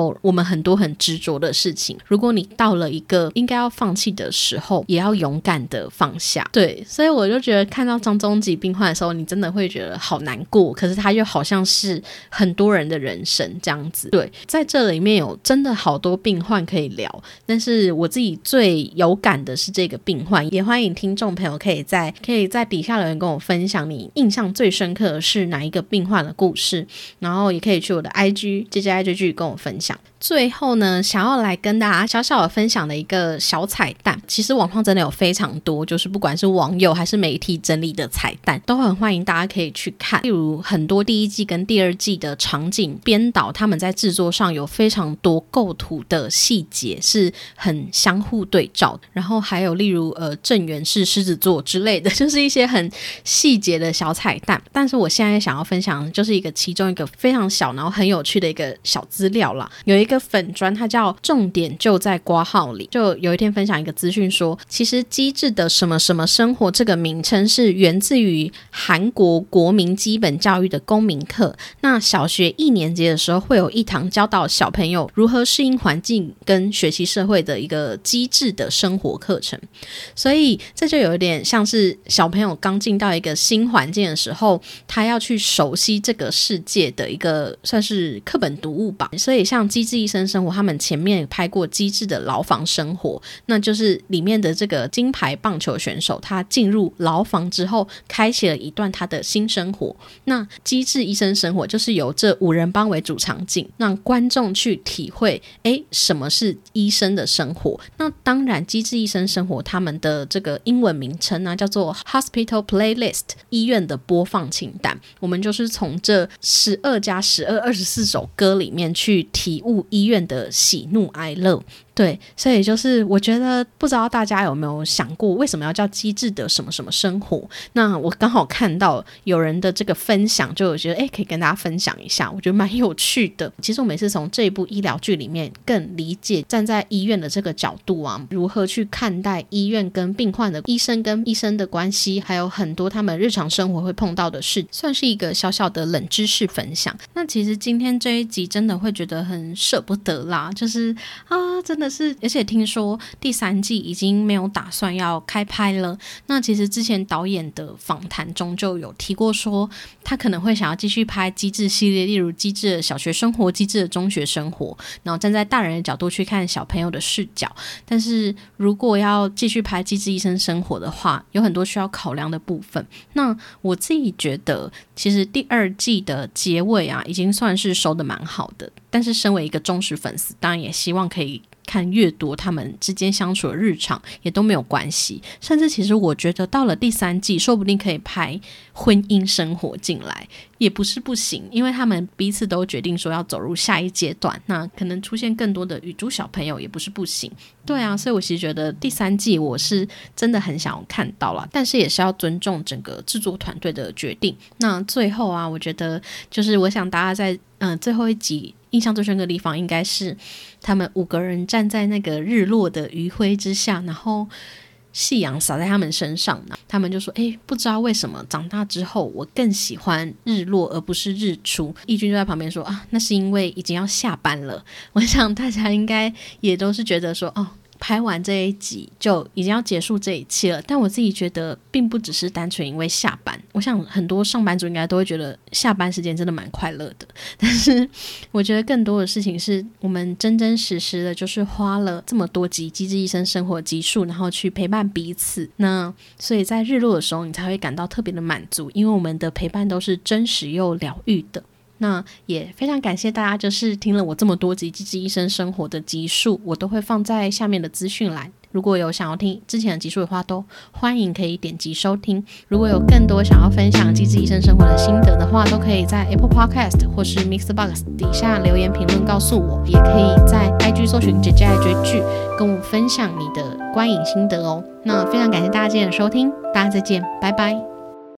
有我们很多很执着的事情，如果你到了一个应该要放弃的时候，也要勇敢的放下。对，所以我就觉得看到张宗吉病患的时候，你真的会觉得好难过，可是他又好像是很多人的人生这样子。对，在这里面有真的好多病患可以聊，但是我自己最有感的是这个病患，也欢迎听众朋友可以在可以在底下留言跟我分享你印象最深刻的是哪一个病患的故事，然后也可以去我的 I G J J I J G 跟我分享。最后呢，想要来跟大家小小的分享的一个小彩蛋，其实网上真的有非常多，就是不管是网友还是媒体整理的彩蛋，都很欢迎大家可以去看。例如很多第一季跟第二季的场景编导，他们在制作上有非常多构图的细节是很相互对照的，然后还有例如呃正源是狮子座之类的，就是一些很细节的小彩蛋。但是我现在想要分享的就是一个其中一个非常小然后很有趣的一个小资料啦。有一个粉专，它叫重点就在括号里，就有一天分享一个资讯说，其实机智的什么什么生活这个名称是源自于韩国国民基本教育的公民课。那小学一年级的时候会有一堂教导小朋友如何适应环境跟学习社会的一个机智的生活课程，所以这就有点像是小朋友刚进到一个新环境的时候，他要去熟悉这个世界的一个算是课本读物吧。所以像机智医生生活，他们前面拍过机智的牢房生活，那就是里面的这个金牌棒球选手，他进入牢房之后开启了一段他的新生活。那机智医生生活就是由这五人帮为主场景，让观众去体会诶什么是医生的生活。那当然机智医生生活他们的这个英文名称呢叫做 Hospital Playlist 医院的播放清单，我们就是从这十二加十二二十四首歌里面去体悟医院的喜怒哀乐。对，所以就是我觉得不知道大家有没有想过为什么要叫机智的什么什么生活。那我刚好看到有人的这个分享，就我觉得诶可以跟大家分享一下，我觉得蛮有趣的。其实我每次从这一部医疗剧里面更理解站在医院的这个角度啊，如何去看待医院跟病患的医生跟医生的关系，还有很多他们日常生活会碰到的事，算是一个小小的冷知识分享。那其实今天这一集真的会觉得很舍不得啦，就是啊真的是，而且听说第三季已经没有打算要开拍了。那其实之前导演的访谈中就有提过说，他可能会想要继续拍机智系列，例如机智的小学生活、机智的中学生活，然后站在大人的角度去看小朋友的视角。但是如果要继续拍机智医生生活的话，有很多需要考量的部分。那我自己觉得其实第二季的结尾啊已经算是收得蛮好的，但是身为一个忠实粉丝，当然也希望可以看越多他们之间相处的日常也都没有关系。甚至其实我觉得到了第三季说不定可以拍婚姻生活进来也不是不行，因为他们彼此都决定说要走入下一阶段，那可能出现更多的雨珠小朋友也不是不行。对啊，所以我其实觉得第三季我是真的很想要看到啦，但是也是要尊重整个制作团队的决定。那最后啊，我觉得就是我想大家在嗯最后一集印象最深刻的地方应该是他们五个人站在那个日落的余晖之下，然后夕阳洒在他们身上，他们就说诶不知道为什么长大之后我更喜欢日落而不是日出。义军就在旁边说啊，那是因为已经要下班了。我想大家应该也都是觉得说哦，拍完这一集就已经要结束这一期了，但我自己觉得并不只是单纯因为下班。我想很多上班族应该都会觉得下班时间真的蛮快乐的，但是我觉得更多的事情是我们真真实实的就是花了这么多集机智医生生活集数，然后去陪伴彼此。那所以在日落的时候你才会感到特别的满足，因为我们的陪伴都是真实又疗愈的。那也非常感谢大家就是听了我这么多集机智医生生活的集数，我都会放在下面的资讯栏，如果有想要听之前的集数的话，都欢迎可以点击收听。如果有更多想要分享机智医生生活的心得的话，都可以在 Apple Podcast 或是 Mixbox 底下留言评论告诉我，也可以在 I G 搜寻 J J 爱追剧跟我分享你的观影心得哦。那非常感谢大家今天的收听，大家再见，拜拜。